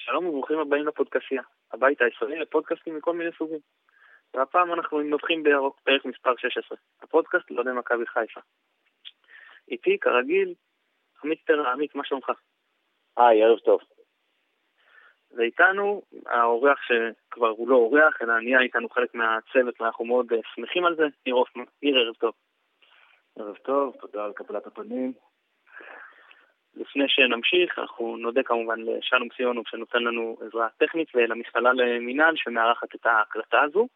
שלום וברוכים הבאים לפודקאסיה, הבית הישראלי לפודקאסטים מכל מיני סוגים. והפעם אנחנו נובחים בירוק, פרק מספר 16, הפודקאסט לאוהדי מכבי חיפה. איתי, כרגיל, עמית פרע. עמית, מה שלומך? ערב טוב. ואיתנו, האורח שכבר הוא לא אורח, אלא נהיה איתנו חלק מהצוות, ואנחנו מאוד שמחים על זה, ניר הופמן. ניר, ערב טוב. ערב טוב, תודה על קבלת הפנים. לפני שנמשיך, אנחנו נודה כמובן לשלום ציונוב שנותן לנו עזרה טכנית, ולמכללה למינהל שמארחת את ההקלטה הזו.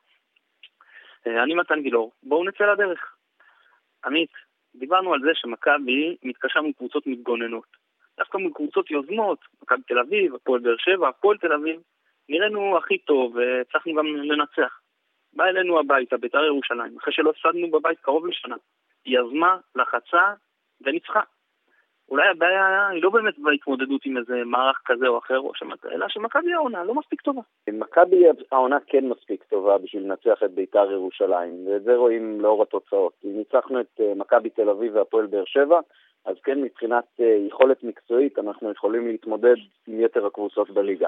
אני מתן גילור, בואו נצא לדרך. עמית, דיברנו על זה שמכבי מתקשה מול קבוצות מתגוננות. דווקא מול קבוצות יוזמות, מכבי תל אביב, הפועל באר שבע, הפועל תל אביב, נראינו הכי טוב וצריכנו גם לנצח. בא אלינו הביתה, בית"ר ירושלים, אחרי שלא הפסדנו בבית קרוב לשנה. יזמה, לחצה וניצחה. אולי הבעיה היא לא באמת בהתמודדות עם איזה מערך כזה או אחר, אלא שמכבי העונה לא מספיק טובה. מכבי העונה כן מספיק טובה בשביל לנצח את בית"ר ירושלים, ואת זה רואים לאור התוצאות. אם ניצחנו את מכבי תל אביב והפועל באר שבע, אז כן, מבחינת יכולת מקצועית אנחנו יכולים להתמודד עם יתר הקבוצות בליגה.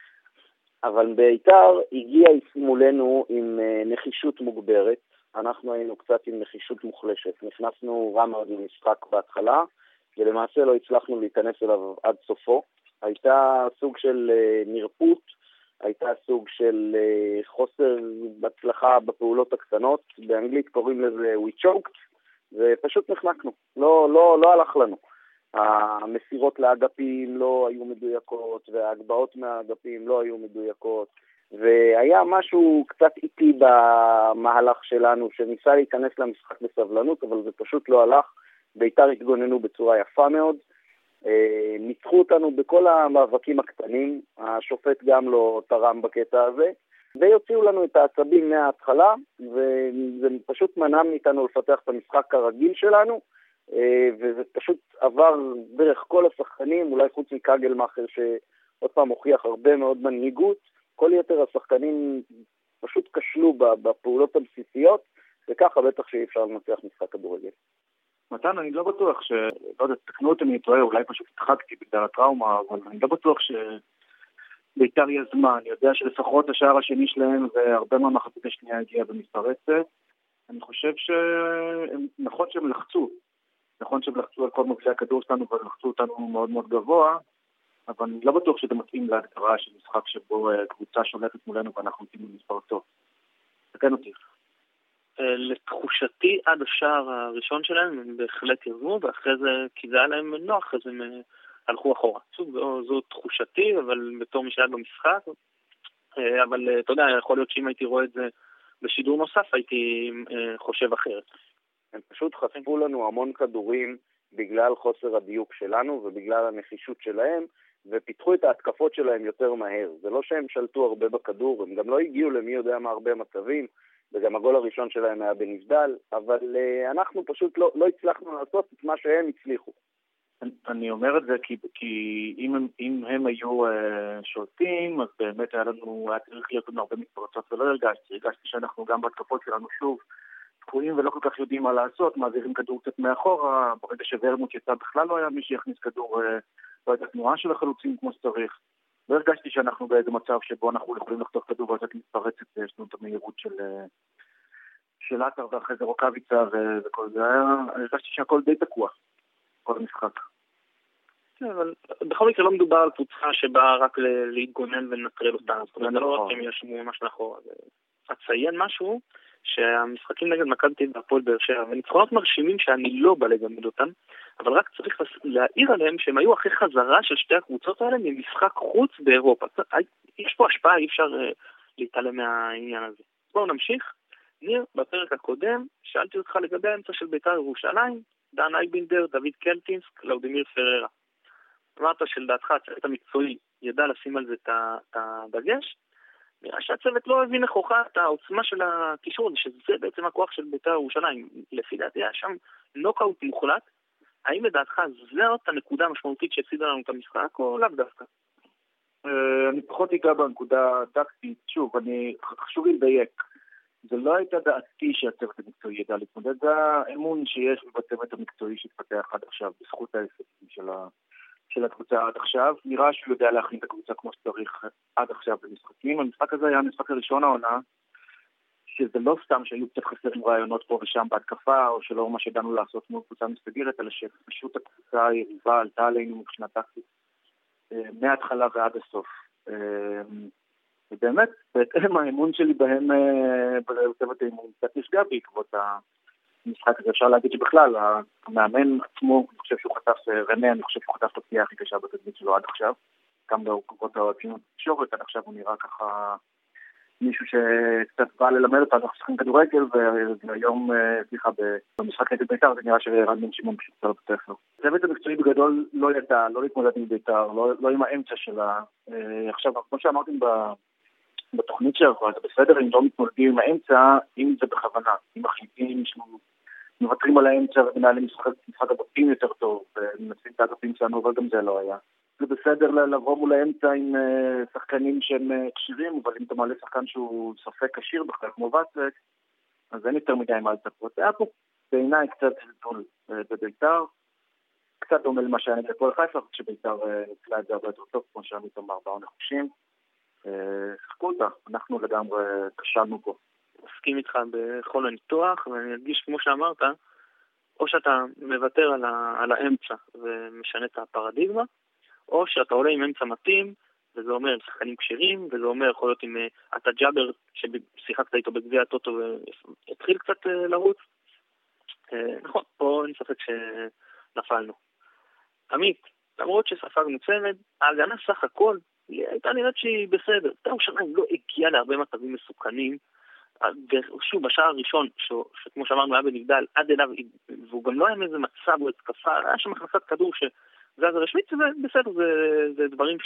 אבל בית"ר הגיע מולנו עם נחישות מוגברת, אנחנו היינו קצת עם נחישות מוחלשת. נכנסנו רע מאוד למשחק בהתחלה, ולמעשה לא הצלחנו להיכנס אליו עד סופו. הייתה סוג של נרפות, הייתה סוג של חוסר בהצלחה בפעולות הקטנות, באנגלית קוראים לזה we choked, ופשוט נחנקנו, לא הלך לנו. המסירות לאגפים לא היו מדויקות, וההגבהות מהאגפים לא היו מדויקות, והיה משהו קצת איטי במהלך שלנו, שניסה להיכנס למשחק בסבלנות, אבל זה פשוט לא הלך. בית"ר התגוננו בצורה יפה מאוד, ניצחו אותנו בכל המאבקים הקטנים, השופט גם לא תרם בקטע הזה, ויוציאו לנו את העצבים מההתחלה, וזה פשוט מנע מאיתנו לפתח את המשחק הרגיל שלנו, וזה פשוט עבר דרך כל השחקנים, אולי חוץ מקגלמאכר שעוד פעם הוכיח הרבה מאוד מנהיגות, כל יתר השחקנים פשוט כשלו בפעולות הבסיסיות, וככה בטח שאי אפשר לנצח משחק כדורגל. מתן, אני לא בטוח לא יודע, תקנו אותי אני טועה, אולי פשוט התחקתי בגלל הטראומה, אבל אני לא בטוח שבית"ר יזמה. אני יודע שלפחות השער השני שלהם והרבה מהמחצית השנייה הגיעה במתפרצת. אני חושב נכון שהם לחצו. נכון שהם לחצו על כל מובילי הכדור שלנו ולחצו אותנו מאוד מאוד גבוה, אבל אני לא בטוח שזה מתאים להגדרה של משחק שבו קבוצה שולטת מולנו ואנחנו נותנים במתפרצות. תקן אותי. לתחושתי עד השער הראשון שלהם הם בהחלט יזמו, ואחרי זה כי זה היה להם נוח, אז הם הלכו אחורה. זו תחושתי, אבל בתור מי שהיה במשחק, אבל אתה יודע, יכול להיות שאם הייתי רואה את זה בשידור נוסף הייתי חושב אחרת. הם פשוט חטפו לנו המון כדורים בגלל חוסר הדיוק שלנו ובגלל הנחישות שלהם, ופיתחו את ההתקפות שלהם יותר מהר. זה לא שהם שלטו הרבה בכדור, הם גם לא הגיעו למי יודע מה הרבה מצבים, וגם הגול הראשון שלהם היה בנבדל, אבל אנחנו פשוט לא הצלחנו לעשות את מה שהם הצליחו. אני אומר את זה כי אם הם היו שולטים, אז באמת היה צריך להיות לנו הרבה מתפרצות, ולא הרגשתי שאנחנו גם בהתקפות שלנו שוב תקועים ולא כל כך יודעים מה לעשות, מעבירים כדור קצת מאחורה, ברגע שוורמוט יצא בכלל לא היה מי שיכניס כדור, לא הייתה תנועה של החלוצים כמו שצריך. לא הרגשתי שאנחנו באיזה מצב שבו אנחנו יכולים לחתוך כדור ולתת מתפרצת, יש לנו את המהירות של עטר ואחרי זה רוקביצה וכל זה. הרגשתי שהכל די תקוע, כל המשחק. אבל בכל מקרה לא מדובר על קבוצה שבאה רק להתגונן ולנטרל אותה, זאת אומרת, לא רק הם ישמו ממש לאחורה. אציין משהו, שהמשחקים נגד מכבי תל אביב והפועל באר שבע, וניצחונות מרשימים שאני לא בא לגמד אותם, אבל רק צריך להעיר עליהם שהם היו אחרי חזרה של שתי הקבוצות האלה ממשחק חוץ באירופה. יש פה השפעה, אי אפשר להתעלם מהעניין הזה. בואו נמשיך. ניר, בפרק הקודם שאלתי אותך לגבי האמצע של בית"ר ירושלים, דן אייבינדר, דוד קלטינסק, קלאודימיר פררה. אמרת שלדעתך הצוות המקצועי ידע לשים על זה את הדגש, נראה שהצוות לא הבין נכוחה את העוצמה של הקישור, שזה בעצם הכוח של בית"ר ירושלים. לפי דעתי היה שם נוקאוט מוחלט. האם לדעתך זאת הנקודה המשמעותית שהפסידה לנו את המשחק, או לאו דווקא? אני פחות אגע בנקודה טקטית. שוב, חשוב לדייק. זה לא הייתה דעתי שהצוות המקצועי ידע להתמודד, זה האמון שיש בצוות המקצועי שהתפתח עד עכשיו, בזכות ההישגים של הקבוצה עד עכשיו. נראה שהוא יודע להכין את הקבוצה כמו שצריך עד עכשיו במשחקים. המשחק הזה היה המשחק הראשון העונה, שזה לא סתם שהיו קצת חסרים רעיונות פה ושם בהתקפה, או שלא מה שידענו לעשות מול קבוצה מסתגרת, אלא שפשוט הקבוצה היריבה עלתה עלינו מבחינה טקטית מההתחלה ועד הסוף. ובאמת, בהתאם האמון שלי בהם בצוות האימון קצת נפגע בעקבות המשחק הזה. אפשר להגיד שבכלל, המאמן עצמו, אני חושב שהוא חטף, רנה, אני חושב שהוא חטף את הפגיעה הכי קשה בתדמית שלו עד עכשיו, גם בעקבות האוהדים בתקשורת, עד עכשיו הוא נראה ככה מישהו שקצת בא ללמד אותנו איך לשחק כדורגל, והיום, סליחה, במשחק נגד בית"ר, זה נראה שרן בן שמעון פשוט לא בטח לו. הצוות המקצועי בגדול לא ידע, לא להתמודד עם בית"ר, לא עם האמצע שלה. עכשיו, כמו שאמרתם בתוכנית שעברה, זה בסדר אם לא מתמודדים עם האמצע, אם זה בכוונה, אם מחליטים שמוותרים על האמצע ומנהלים משחק הבתים יותר טוב, ומנצלים את האגפים שלנו, אבל גם זה לא היה. זה בסדר לבוא מול האמצע עם שחקנים שהם קשירים, אבל אם אתה מעלה שחקן שהוא ספק קשיר בכלל, כמו ואצק, אז אין יותר מדי מה לצפות. היה פה בעיניי קצת זלזול בבית"ר, קצת דומה למה שהיה נגד הפועל חיפה, שבית"ר ניצלה את זה הרבה יותר טוב, כמו שעמית אמר, באו נחושים. שחקו אותה, אנחנו לגמרי כשלנו פה. מסכים איתך בכל הניתוח, ואני אדגיש כמו שאמרת, או שאתה מוותר על האמצע ומשנה את הפרדיגמה, או שאתה עולה עם אמצע מתאים, וזה אומר שחקנים קשירים, וזה אומר יכול להיות עם אתה ג'אבר ששיחקת איתו בגביע הטוטו והתחיל קצת לרוץ. נכון, פה אין ספק שנפלנו. עמית, למרות שספגנו צמד, ההגנה סך הכל הייתה נראית שהיא בסדר. תראו שניים לא הגיעה להרבה מצבים מסוכנים, ושוב, בשער הראשון, שכמו שאמרנו היה בנבדל, עד אליו, והוא גם לא היה מאיזה מצב או התקפה, היה שם הכנסת כדור זה רשמית, בסדר, זה דברים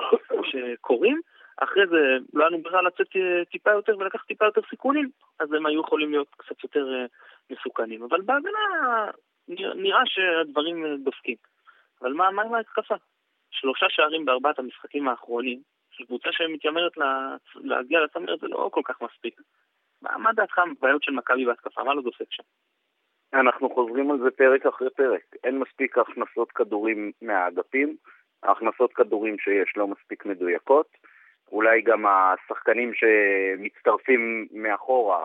שקורים. אחרי זה לא היינו בכלל לצאת טיפה יותר ולקח טיפה יותר סיכונים, אז הם היו יכולים להיות קצת יותר מסוכנים. אבל בהגנה נראה שהדברים דופקים. אבל מה עם ההתקפה? 3 שערים ב4 המשחקים האחרונים, של קבוצה שמתיימרת להגיע לצמרת, זה לא כל כך מספיק. מה דעתך בעיות של מכבי בהתקפה? מה לא דופק שם? אנחנו חוזרים על זה פרק אחרי פרק. אין מספיק הכנסות כדורים מהאגפים, ההכנסות כדורים שיש לא מספיק מדויקות, אולי גם השחקנים שמצטרפים מאחורה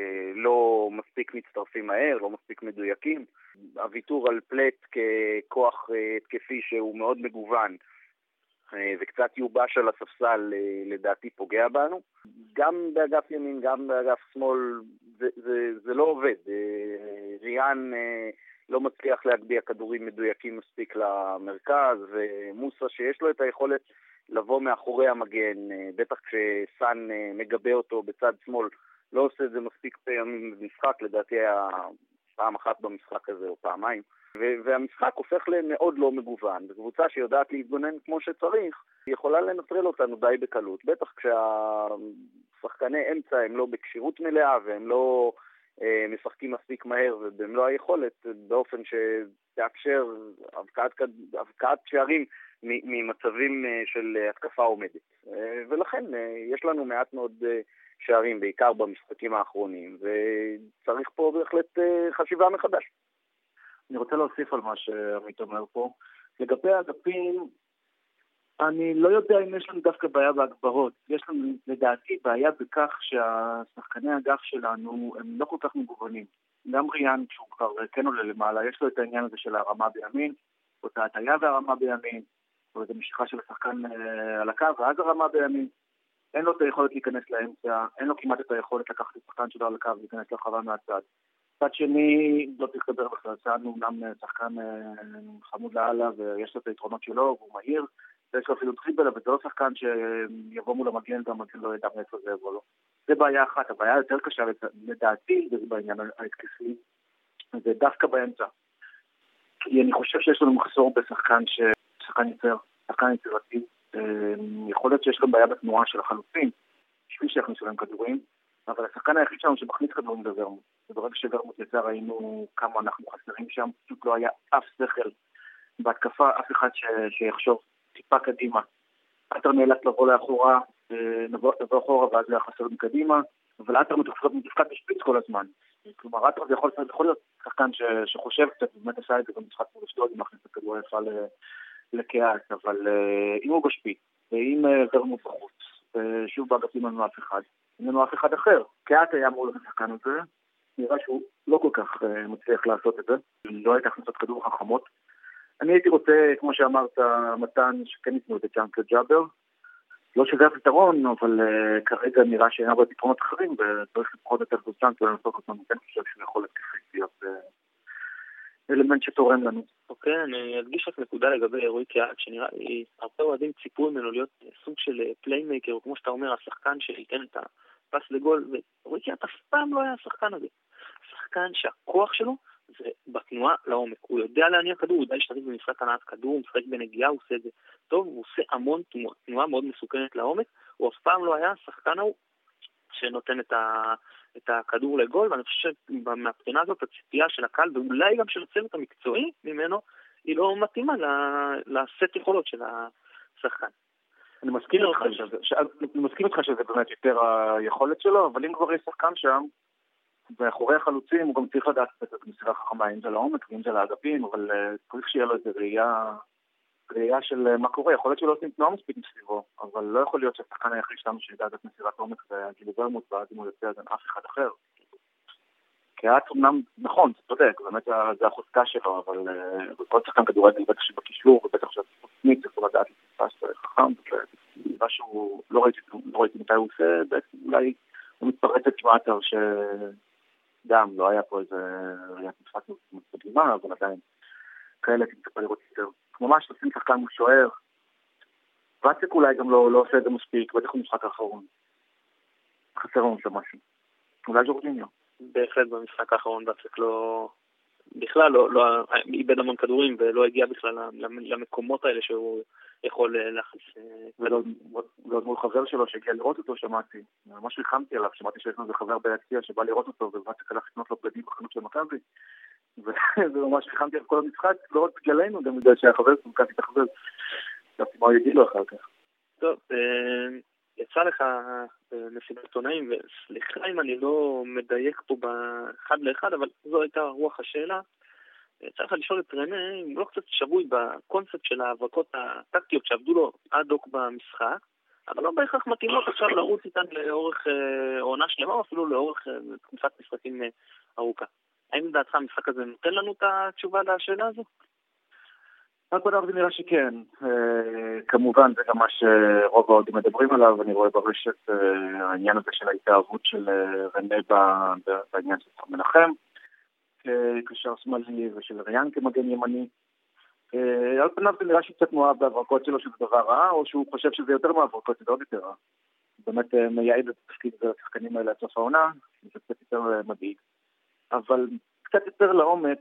לא מספיק מצטרפים מהר, לא מספיק מדויקים. הוויתור על פלט ככוח התקפי שהוא מאוד מגוון וקצת יובש על הספסל לדעתי פוגע בנו. גם באגף ימין, גם באגף שמאל, זה לא עובד. ריאן לא מצליח להגביה כדורים מדויקים מספיק למרכז, ומוסה שיש לו את היכולת לבוא מאחורי המגן, בטח כשסן מגבה אותו בצד שמאל, לא עושה את זה מספיק פעמים במשחק, לדעתי היה פעם אחת במשחק הזה או פעמיים. והמשחק הופך למאוד לא מגוון, וקבוצה שיודעת להתגונן כמו שצריך, היא יכולה לנטרל אותנו די בקלות, בטח כשהשחקני אמצע הם לא בקשירות מלאה, והם לא משחקים מספיק מהר ובמלוא היכולת, באופן שתאפשר הבקעת שערים ממצבים של התקפה עומדת. ולכן יש לנו מעט מאוד שערים, בעיקר במשחקים האחרונים, וצריך פה בהחלט חשיבה מחדש. אני רוצה להוסיף על מה שעמית אומר פה. לגבי האגפים, אני לא יודע אם יש לנו דווקא בעיה בהגבהות. יש לנו לדעתי בעיה בכך שהשחקני האגף שלנו הם לא כל כך מגוונים. גם ריאן, שהוא כבר כן עולה למעלה, יש לו את העניין הזה של הרמה בימין, אותה הטיה והרמה בימין, או איזו משיכה של השחקן על הקו, ואז הרמה בימין. אין לו את היכולת להיכנס לאמצע, אין לו כמעט את היכולת לקחת את השחקן שלו על הקו ולהיכנס לחווה מהצד. צד שני, לא צריך לדבר בכלל, צד הוא אמנם שחקן חמוד לעלה ויש לו את היתרונות שלו, והוא מהיר, ויש לו אפילו טריבל, אבל זה לא שחקן שיבוא מול המגן והמגן לא ידע מאיפה זה יבוא לו. זה בעיה אחת, הבעיה יותר קשה לדעתי, וזה בעניין ההתקפי, זה דווקא באמצע. כי אני חושב שיש לנו מחסור בשחקן שחקן יצירתי, יכול להיות שיש גם בעיה בתנועה של החלוצים, בשביל שיכניסו להם כדורים, אבל השחקן היחיד שלנו שמכניס כדורים זה ורמוט. וברגע שוורמוט יצא ראינו כמה אנחנו חסרים שם, פשוט לא היה אף שכל בהתקפה, אף אחד שיחשוב טיפה קדימה. עטר נאלץ לבוא לאחורה, לבוא אחורה ואז להחסר מקדימה, אבל עטר מתפקד בשפיץ כל הזמן. כלומר, עטר זה יכול להיות שחקן שחושב קצת, באמת עשה את זה במשחק מול אשדוד, מכניס את הכדור יפה לקהת, אבל אם הוא בשפיץ, ואם זרמות בחוץ, ושוב באגפים אין לנו אף אחד, אין לנו אף אחד אחר. קהת היה אמור להיות השחקן הזה, נראה שהוא לא כל כך מצליח לעשות את זה, לא הייתה הכנסות כדור חכמות. אני הייתי רוצה, כמו שאמרת, מתן, שכן ניתנו את צ'אנס לג'אבר, לא שזה הפתרון, אבל כרגע נראה שאין הרבה פתרונות אחרים, וצריך לפחות יותר צ'אנס ולנסות אותנו, אני חושב שהוא יכול להיות אלמנט שתורם לנו. אוקיי, אני אדגיש רק נקודה לגבי רועי קהת, שנראה לי הרבה אוהדים ציפו ממנו להיות סוג של פליימייקר, או כמו שאתה אומר, השחקן שייתן את הפס לגול, ורועי קהת אף פעם לא היה השחקן הזה. השחקן שהכוח שלו זה בתנועה לעומק. הוא יודע להניע כדור, הוא יודע להשתתף במשחק הנעת כדור, הוא משחק בנגיעה, הוא עושה את זה טוב, הוא עושה המון תנועה מאוד מסוכנת לעומק, הוא אף פעם לא היה השחקן ההוא שנותן את הכדור לגול, ואני חושב שמהבחינה הזאת הציפייה של הקהל, ואולי גם של הצוות המקצועי ממנו, היא לא מתאימה לסט יכולות של השחקן. אני מסכים איתך שזה באמת יותר היכולת שלו, אבל אם כבר יש שחקן שם, ואחורי החלוצים הוא גם צריך לדעת את מסירה חכמה, אם זה לעומק ואם זה לאגפים, אבל צריך שיהיה לו איזו ראייה של מה קורה. יכול להיות שלא עושים תנועה מספיק מסביבו, אבל לא יכול להיות שהשחקן היחיד שלנו שידע את מסירת עומק והגיל ורמוט, ואז אם הוא יוצא אז אין אף אחד אחר. קהת אומנם, נכון, זה צודק, באמת זה החוזקה שלו, אבל כל שחקן כדורגל בטח שבקישור, ובטח שהתוכנית צריך לדעת לתפס חכם, משהו לא ראיתי מתי הוא עושה, בעצם אולי הוא מתפרץ את שמעתר שגם לא היה פה איזה ראיית משחק מדהימה, אבל עדיין כאלה תצפה לראות יותר. ממש עושים שחקן משוער, ואצק אולי גם לא עושה את זה מספיק, בטח במשחק האחרון. חסר לנו שם משהו. אולי ג'ורג'יניו. בהחלט במשחק האחרון ואצק בכלל לא איבד המון כדורים ולא הגיע בכלל למקומות האלה שהוא יכול להכניס. ועוד מול חבר שלו שהגיע לראות אותו שמעתי. ממש ריחמתי עליו, שמעתי שיש לנו איזה חבר ביציע שבא לראות אותו ואצק הלך לקנות לו בגדים בחנות של מכבי. וממש ריחמתי על כל המשחק, לא רק בגללנו, גם בגלל שהחבר סומקתי את החבר. חשבתי מה הוא יגיד לו אחר כך. טוב, יצא לך מסיבת עיתונאים, וסליחה אם אני לא מדייק פה באחד לאחד, אבל זו הייתה רוח השאלה. יצא לך לשאול את רנה, אם לא קצת שבוי בקונספט של ההברקות הטקטיות שעבדו לו עד דוק במשחק, אבל לא בהכרח מתאימות עכשיו לרוץ איתן לאורך עונה שלמה, או אפילו לאורך תקופת משחקים ארוכה. האם לדעתך המשחק הזה נותן לנו את התשובה לשאלה הזו? רק בדרך זה נראה שכן. כמובן זה גם מה שרוב העודים מדברים עליו, אני רואה ברשת העניין הזה של ההתאהבות של רנה בעניין של צחק מנחם, כקשר שמאלי ושל ריאן כמגן ימני. על פניו זה נראה שקצת מואב בהברקות שלו שזה דבר רע, או שהוא חושב שזה יותר מהברקות, זה עוד יותר רע. באמת מייעד את התפקיד והשחקנים האלה עד סוף העונה, זה קצת יותר מדאיג. אבל קצת יותר לעומק,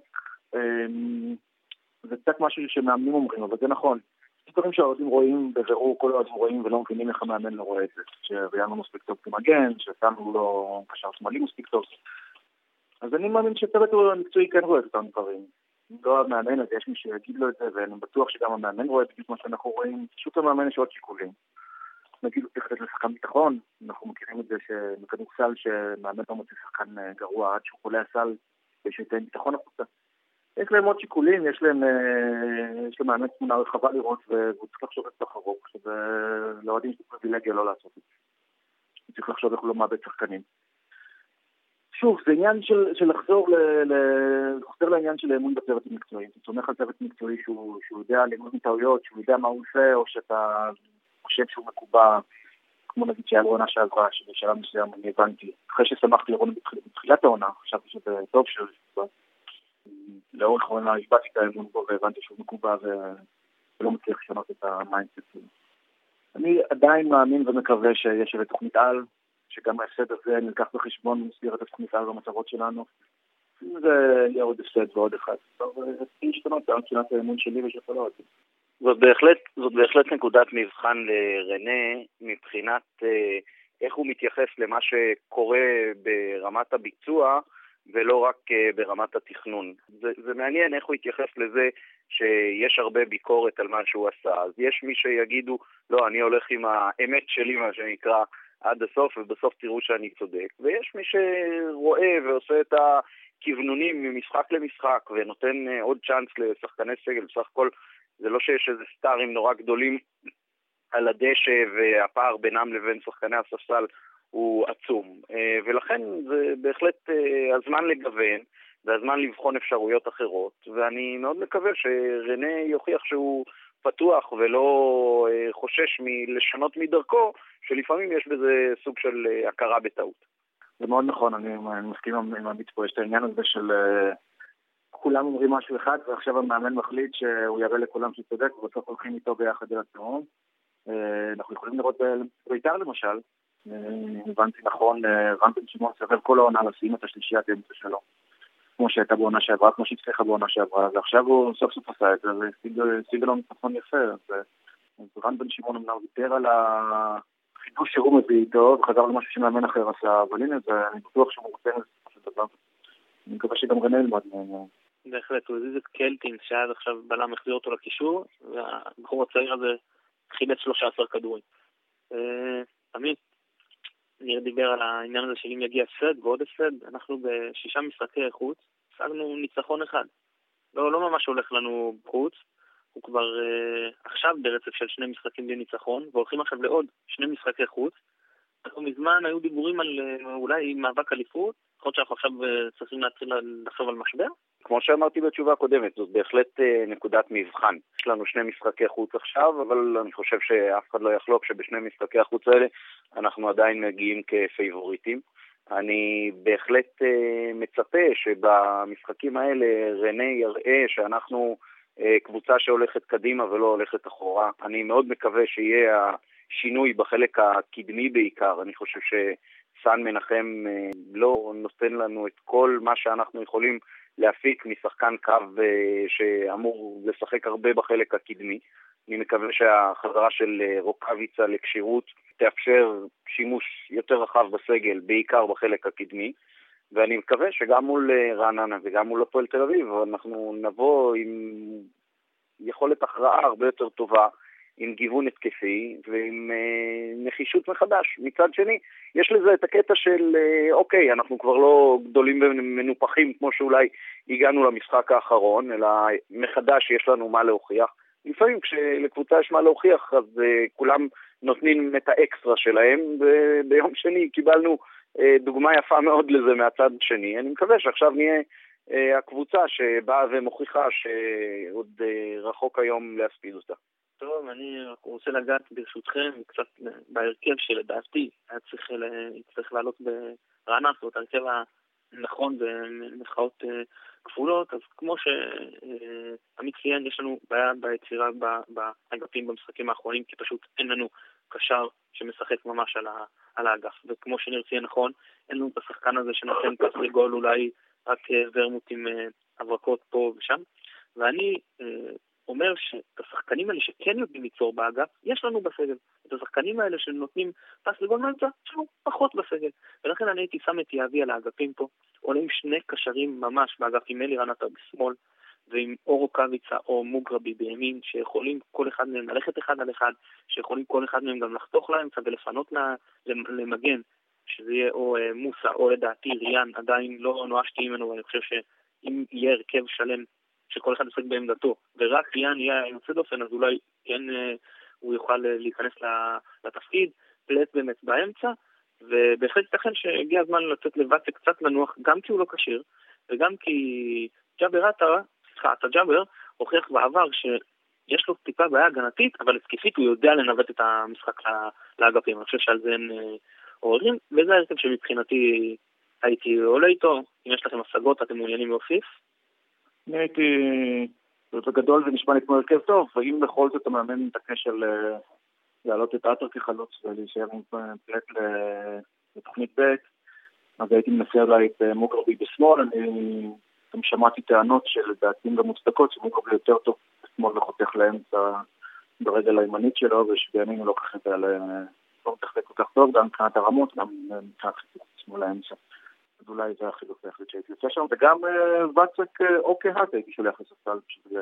זה קצת משהו שמאמנים אומרים, אבל זה נכון. יש דברים שהאוהדים רואים בבירור, כל האוהדים רואים ולא מבינים איך המאמן לא רואה את זה. שריאן לא מספיק טוב כמגן, ששמנו לו קשר שמאלי מספיק טוב. אז אני מאמין שצוות המקצועי כן רואה את אותם דברים. אם לא המאמן, אז יש מי שיגיד לו את זה, ואני בטוח שגם המאמן רואה בדיוק מה שאנחנו רואים. פשוט המאמן יש עוד שיקולים. נגיד, הוא צריך לתת לשחקן ביטחון, אנחנו מכירים את זה שמכדורסל שמאמן לא מוצא שחקן גרוע עד שהוא חולה הסל ושייתן ביטחון החוצה. יש להם עוד שיקולים, יש להם מאמן תמונה רחבה לראות, והוא צריך לחשוב את תוך הרוק, שזה לא יודעים שזה פריבילגיה לא לעשות את זה. הוא צריך לחשוב איך הוא לא מאבד שחקנים. שוב, זה עניין של לחזור לעניין של האמון בצוות המקצועי. אתה סומך על צוות מקצועי שהוא יודע ללמוד מטעויות, שהוא יודע מה הוא עושה, או שאתה חושב שהוא מקובע, כמו נגיד שהיה לו עונה שעברה, שבשלב מסוים אני הבנתי. אחרי ששמחתי לראות בתחילת העונה, חשבתי שזה טוב שהוא לאורך העונה השבעתי את האמון בו והבנתי שהוא מקובע ולא מצליח לשנות את המיינדסט. אני עדיין מאמין ומקווה שיש איזו תוכנית על, שגם ההפסד הזה נלקח בחשבון במסגרת התוכנית על במטרות שלנו. זה יהיה עוד הפסד ועוד אחד. זה השתנות על מבחינת האמון שלי ושל כל העודים. זאת בהחלט נקודת מבחן לרנה מבחינת איך הוא מתייחס למה שקורה ברמת הביצוע ולא רק ברמת התכנון. זה מעניין איך הוא יתייחס לזה שיש הרבה ביקורת על מה שהוא עשה. אז יש מי שיגידו, לא, אני הולך עם האמת שלי, מה שנקרא, עד הסוף, ובסוף תראו שאני צודק. ויש מי שרואה ועושה את הכיוונונים ממשחק למשחק, ונותן עוד צ'אנס לשחקני סגל. בסך הכל זה לא שיש איזה סטארים נורא גדולים על הדשא והפער בינם לבין שחקני הספסל הוא עצום. ולכן זה בהחלט הזמן לגוון והזמן לבחון אפשרויות אחרות, ואני מאוד מקווה שרנה יוכיח שהוא פתוח ולא חושש מלשנות מדרכו, שלפעמים יש בזה סוג של הכרה בטעות. זה מאוד נכון, אני מסכים עם עמית פה, יש את העניין הזה של כולם אומרים משהו אחד, ועכשיו המאמן מחליט שהוא יראה לכולם שהוא צודק, ובסוף הולכים איתו ביחד אל התהום. אנחנו יכולים לראות בית"ר למשל, הבנתי נכון, רן בן שמעון סרב כל העונה לשים את השלישיית האמצע שלו, כמו שהייתה בעונה שעברה, כמו שהצליחה בעונה שעברה, ועכשיו הוא סוף סוף עשה את זה, והשיג לו ניצחון יפה. אז רן בן שמעון אמנם ויתר על החידוש שהוא מביא איתו, וחזר למשהו שמאמן אחר עשה, אבל הנה, אני בטוח שהוא רוצה לזה דבר. אני מקווה שגם רנה ילמד ממנו. בהחלט, הוא הזיז את קלטינס, שעד עכשיו בלם החזיר אותו לקישור, והבחור הצעיר הזה חילץ 13 כדורים. עמית, ניר דיבר על העניין הזה שאם יגיע סד ועוד סד, אנחנו ב6 משחקי חוץ, השגנו ניצחון אחד. לא ממש הולך לנו בחוץ, הוא כבר עכשיו ברצף של 2 משחקים בלי ניצחון, והולכים עכשיו לעוד 2 משחקי חוץ. אנחנו מזמן היו דיבורים על אולי מאבק אליפות, יכול שאנחנו עכשיו צריכים להתחיל לחשוב על משבר? כמו שאמרתי בתשובה הקודמת, זאת בהחלט נקודת מבחן. יש לנו 2 משחקי חוץ עכשיו, אבל אני חושב שאף אחד לא יחלוק שבשני משחקי החוץ האלה אנחנו עדיין מגיעים כפייבוריטים. אני בהחלט מצפה שבמשחקים האלה רנה יראה שאנחנו קבוצה שהולכת קדימה ולא הולכת אחורה. אני מאוד מקווה שיהיה השינוי בחלק הקדמי בעיקר. אני חושב סן מנחם לא נותן לנו את כל מה שאנחנו יכולים להפיק משחקן קו שאמור לשחק הרבה בחלק הקדמי. אני מקווה שהחזרה של רוקאביצה לקשירות תאפשר שימוש יותר רחב בסגל, בעיקר בחלק הקדמי, ואני מקווה שגם מול רעננה וגם מול הפועל תל אביב אנחנו נבוא עם יכולת הכרעה הרבה יותר טובה, עם גיוון התקפי ועם נחישות מחדש. מצד שני, יש לזה את הקטע של אוקיי, אנחנו כבר לא גדולים ומנופחים כמו שאולי הגענו למשחק האחרון, אלא מחדש יש לנו מה להוכיח. לפעמים כשלקבוצה יש מה להוכיח, אז כולם נותנים את האקסטרה שלהם, וביום שני קיבלנו דוגמה יפה מאוד לזה מהצד שני. אני מקווה שעכשיו נהיה הקבוצה שבאה ומוכיחה שעוד רחוק היום להספיד אותה. טוב, אני רוצה לגעת ברשותכם קצת בהרכב שלדעתי צריך לעלות ברעננה, זאת הרכב הנכון במחאות כפולות. אז כמו שעמית ציין, יש לנו בעיה ביצירה באגפים במשחקים האחרונים, כי פשוט אין לנו קשר שמשחק ממש על האגף. וכמו שניר ציין נכון, אין לנו את השחקן הזה שנותן פס לגול, אולי רק ורמוט עם הברקות פה ושם. ואני אומר שאת השחקנים האלה שכן יודעים ליצור באגף, יש לנו בסגל. את השחקנים האלה שנותנים פס לגול מהאמצע, יש לנו פחות בסגל. ולכן אני הייתי שם את יהבי על האגפים פה, עולים 2 קשרים ממש באגף, עם אלירן עטר בשמאל, ועם אורו קוויצה או מוגרבי בימין, שיכולים כל אחד מהם ללכת אחד על אחד, שיכולים כל אחד מהם גם לחתוך לאמצע ולפנות למגן, שזה יהיה או מוסה או לדעתי ריאן, עדיין לא נואשתי ממנו, ואני חושב שאם יהיה הרכב שלם שכל אחד ישחק בעמדתו, ורק ריאן יהיה יוצא דופן, אז אולי כן הוא יוכל להיכנס לתפקיד, פלט באמת באמצע, ובהחלט ייתכן שהגיע הזמן לצאת לבד קצת לנוח, גם כי הוא לא קשיר, וגם כי ג'אבר הוכיח בעבר שיש לו טיפה בעיה הגנתית, אבל התקפית הוא יודע לנווט את המשחק לאגפים. אני חושב שעל זה אין עוררים, וזה הרכב שמבחינתי הייתי עולה איתו. אם יש לכם השגות, אתם מעוניינים להוסיף? אני הייתי, בגדול זה נשמע לי כמו הרכב טוב, ואם בכל זאת המאמן מתעקש על להעלות את עטר כחלוץ ולהישאר עם פלט לתוכנית ב', אז הייתי מנסה אולי את מוגרבי בשמאל. אני גם שמעתי טענות של דעתים גם מוצדקות שמוגרבי יותר טוב בשמאל וחותך לאמצע ברגל הימנית שלו, ושבימים לא ככה לא מתחזק כל כך טוב, גם מבחינת הרמות, גם מבחינת חיזוק שמאל האמצע. אז אולי זה החילוף היחיד שהייתי יוצא שם, וגם וצק או קהת הייתי שולח לספסל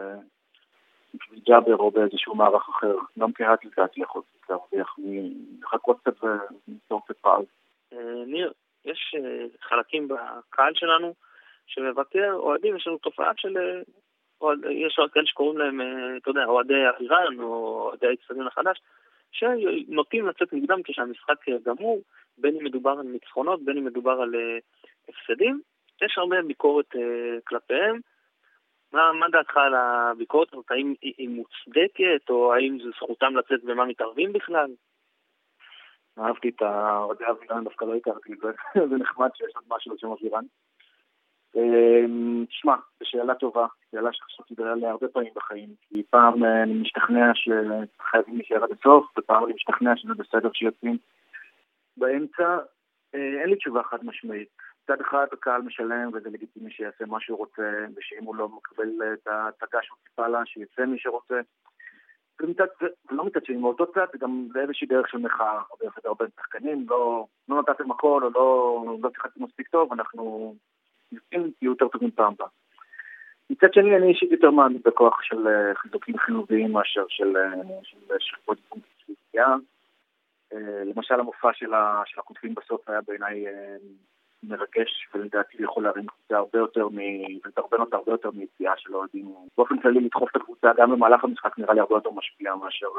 בשביל ג'אבר או באיזשהו מערך אחר. גם קהת לדעתי יכול להרוויח לחכות קצת וניצור קצת פעל. ניר, יש חלקים בקהל שלנו שמבקר אוהדים, יש לנו תופעה של יש כאלה שקוראים להם, אתה יודע, אוהדי האיראן או אוהדי האצטדיון החדש, שנוטים לצאת מוקדם כשהמשחק גמור, בין אם מדובר על ניצחונות, בין אם מדובר על הפסדים. יש הרבה ביקורת כלפיהם. מה דעתך על הביקורת הזאת? האם היא מוצדקת, או האם זו זכותם לצאת ומה מתערבים בכלל? אהבתי את אוהדי האיראן, דווקא לא הכרתי את זה. זה נחמד שיש עוד משהו לשם איראן. תשמע, זו שאלה טובה, שאלה שחשבתי עליה הרבה פעמים בחיים. כי פעם אני משתכנע שחייבים להישאר עד הסוף, ופעם אני משתכנע שזה בסדר שיוצאים. באמצע אין לי תשובה חד משמעית. מצד אחד הקהל משלם, וזה לגיטימי שיעשה מה שהוא רוצה, ושאם הוא לא מקבל את ההצגה שהוא ציפה לה, שיצא מי שרוצה. ולא מצד שני, מאותו צד זה גם איזושהי דרך של מחאה, או דרך הרבה שחקנים, לא נתתם הכל, או לא שיחקתם מספיק טוב, אנחנו יהיו יותר טובים פעם בה. מצד שני, אני אישית יותר מאמין בכוח של חיזוקים חיוביים מאשר של שריפות פונקציה. למשל, המופע של הכותבים בסוף היה בעיניי מרגש, ולדעתי יכול להרים קבוצה הרבה יותר ולדרבן אותה הרבה יותר מיציאה של אוהדים. באופן כללי, לדחוף את הקבוצה גם במהלך המשחק נראה לי הרבה יותר משפיע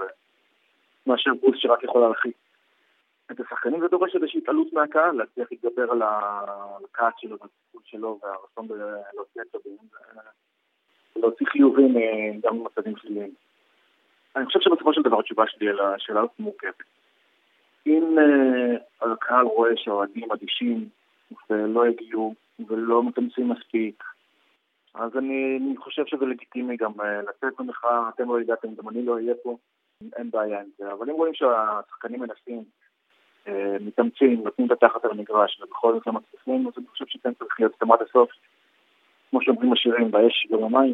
מאשר בוס שרק יכול להרחיק את השחקנים. זה דורש איזושהי התעלות מהקהל, להצליח להתגבר על הקהל שלו, והטיפול שלו, והרצון להוציא את טובים, ולהוציא חיובים גם במצבים שליליים. אני חושב שבסופו של דבר התשובה שלי על השאלה הזאת מורכבת. אם הקהל רואה שהאוהדים אדישים ולא הגיעו ולא מתאמצים מספיק, אז אני חושב שזה לגיטימי גם לצאת במחאה. אתם לא ידעתם, גם אני לא אהיה פה, אין בעיה עם זה. אבל אם רואים שהשחקנים מנסים, מתאמצים, נותנים את התחת על המגרש ובכל זאת לא מצליחים, אז אני חושב שכן צריך להיות עד הסוף, כמו שאומרים השירים, באש ובמים.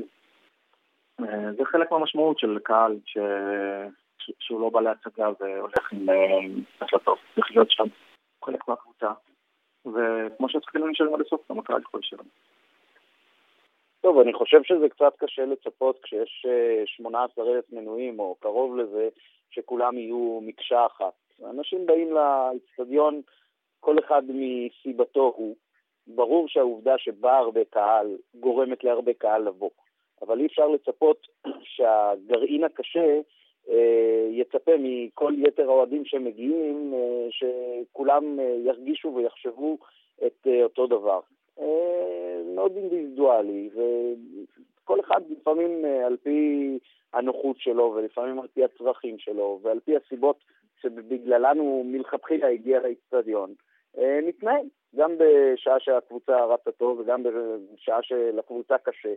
זה חלק מהמשמעות של קהל שהוא לא בא להצגה והולך עם החלטות. צריך להיות שם חלק מהקבוצה, וכמו שהשחקנים נשארים עד הסוף, גם הקהל יכול לשלם. טוב, אני חושב שזה קצת קשה לצפות כשיש 18,000 מנויים או קרוב לזה, שכולם יהיו מקשה אחת. אנשים באים לאצטדיון, כל אחד מסיבתו הוא. ברור שהעובדה שבא הרבה קהל גורמת להרבה קהל לבוא. אבל אי אפשר לצפות שהגרעין הקשה יצפה מכל יתר האוהדים שמגיעים, שכולם ירגישו ויחשבו את אותו דבר. מאוד אינדיבידואלי, וכל אחד לפעמים על פי הנוחות שלו, ולפעמים על פי הצרכים שלו, ועל פי הסיבות שבגללנו מלכתחילה הגיע לאצטדיון. נתנהל, גם בשעה שהקבוצה רצה טוב, וגם בשעה שלקבוצה קשה.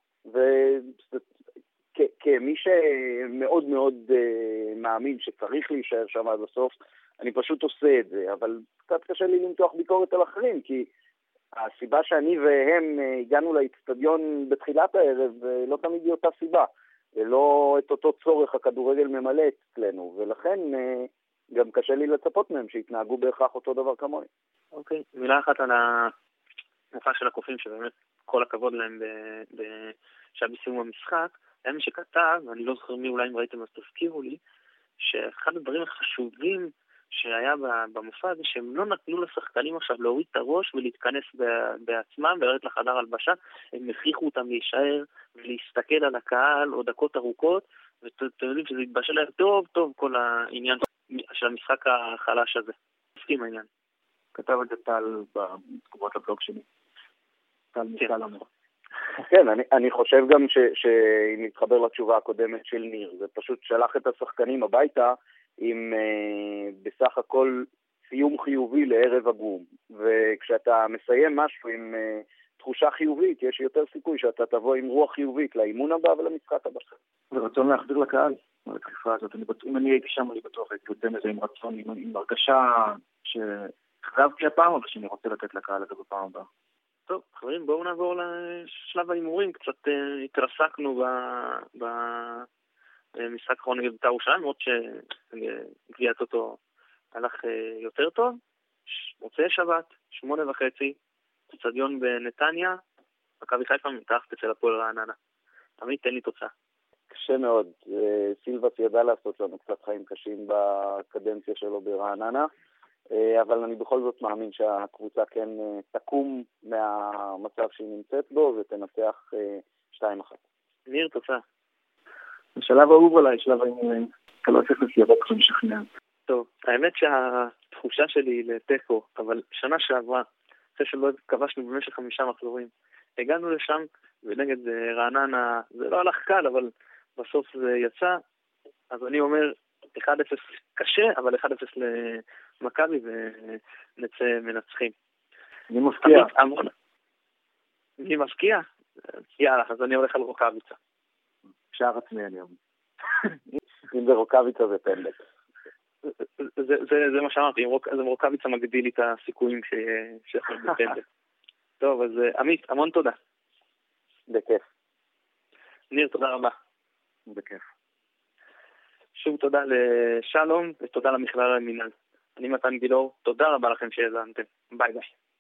וכמי שמאוד מאוד מאמין שצריך להישאר שם עד הסוף, אני פשוט עושה את זה, אבל קצת קשה לי למתוח ביקורת על אחרים, כי הסיבה שאני והם הגענו לאצטדיון בתחילת הערב לא תמיד היא אותה סיבה, ולא את אותו צורך הכדורגל ממלא אצלנו, ולכן גם קשה לי לצפות מהם שהתנהגו בהכרח אותו דבר כמוני. אוקיי, מילה אחת על המופע של הקופים, שבאמת כל הכבוד להם בסיום המשחק. היה מי שכתב, ואני לא זוכר מי, אולי אם ראיתם אז תזכירו לי, שאחד הדברים החשובים שהיה במופע הזה, שהם לא נתנו לשחקנים עכשיו להוריד את הראש ולהתכנס בעצמם ולרדת לחדר הלבשה, הם הכריחו אותם להישאר ולהסתכל על הקהל או דקות ארוכות, ואתם יודעים שזה התבשל להם טוב טוב כל העניין של המשחק החלש הזה. מסכים העניין. כתב את זה טל בתגובות לבלוג שלי. טל מיכל אמר. כן, אני חושב גם שאם נתחבר לתשובה הקודמת של ניר, זה פשוט שלח את השחקנים הביתה עם בסך הכל סיום חיובי לערב עגום. וכשאתה מסיים משהו עם תחושה חיובית, יש יותר סיכוי שאתה תבוא עם רוח חיובית לאימון הבא ולמשחק הבא. ורצון להחזיר לקהל, התחיפה הזאת. אם אני הייתי שם, אני בטוח הייתי יותר מזה עם רצון, עם הרגשה שחזרתי הפעם, אבל שאני רוצה לתת לקהל הזה בפעם הבאה. טוב, חברים, בואו נעבור לשלב האימורים. קצת התרסקנו במשחק האחרון נגד בית"ר ירושלים, למרות שגביעת אותו הלך יותר טוב. מוצאי שבת, 8:30, אצטדיון בנתניה, מכבי חיפה מתחת אצל הפועל רעננה. תמיד תן לי תוצאה. קשה מאוד. סילבס ידע לעשות לנו קצת חיים קשים בקדנציה שלו ברעננה, אבל אני בכל זאת מאמין שהקבוצה כן תקום מהמצב שהיא נמצאת בו ותנצח 2-1. ניר, תוצאה. השלב האהוב עליי, שלב האימונים. אתה לא צריך לסייבות לך משכנע. טוב, האמת שהתחושה שלי היא לטקו, אבל שנה שעברה, אחרי שלא כבשנו במשך 5 מחזורים, הגענו לשם, ונגד רעננה, זה לא הלך קל, אבל בסוף זה יצא, אז אני אומר, 1-0 קשה, אבל 1-0 למכבי, ונצא מנצחים. מי מפקיע? מי מפקיע? יאללה, אז אני הולך על רוקאביצה. שער עצמי אני אומר. אם זה רוקאביצה זה פנדל. זה מה שאמרתי, אם רוקאביצה מגדיל לי את הסיכויים שיכול בפנדל. טוב, אז עמית, המון תודה. בכיף. ניר, תודה רבה. בכיף. שוב תודה לשלום ותודה למכללה למינהל. אני מתן גילאור, תודה רבה לכם שהאזנתם. ביי ביי.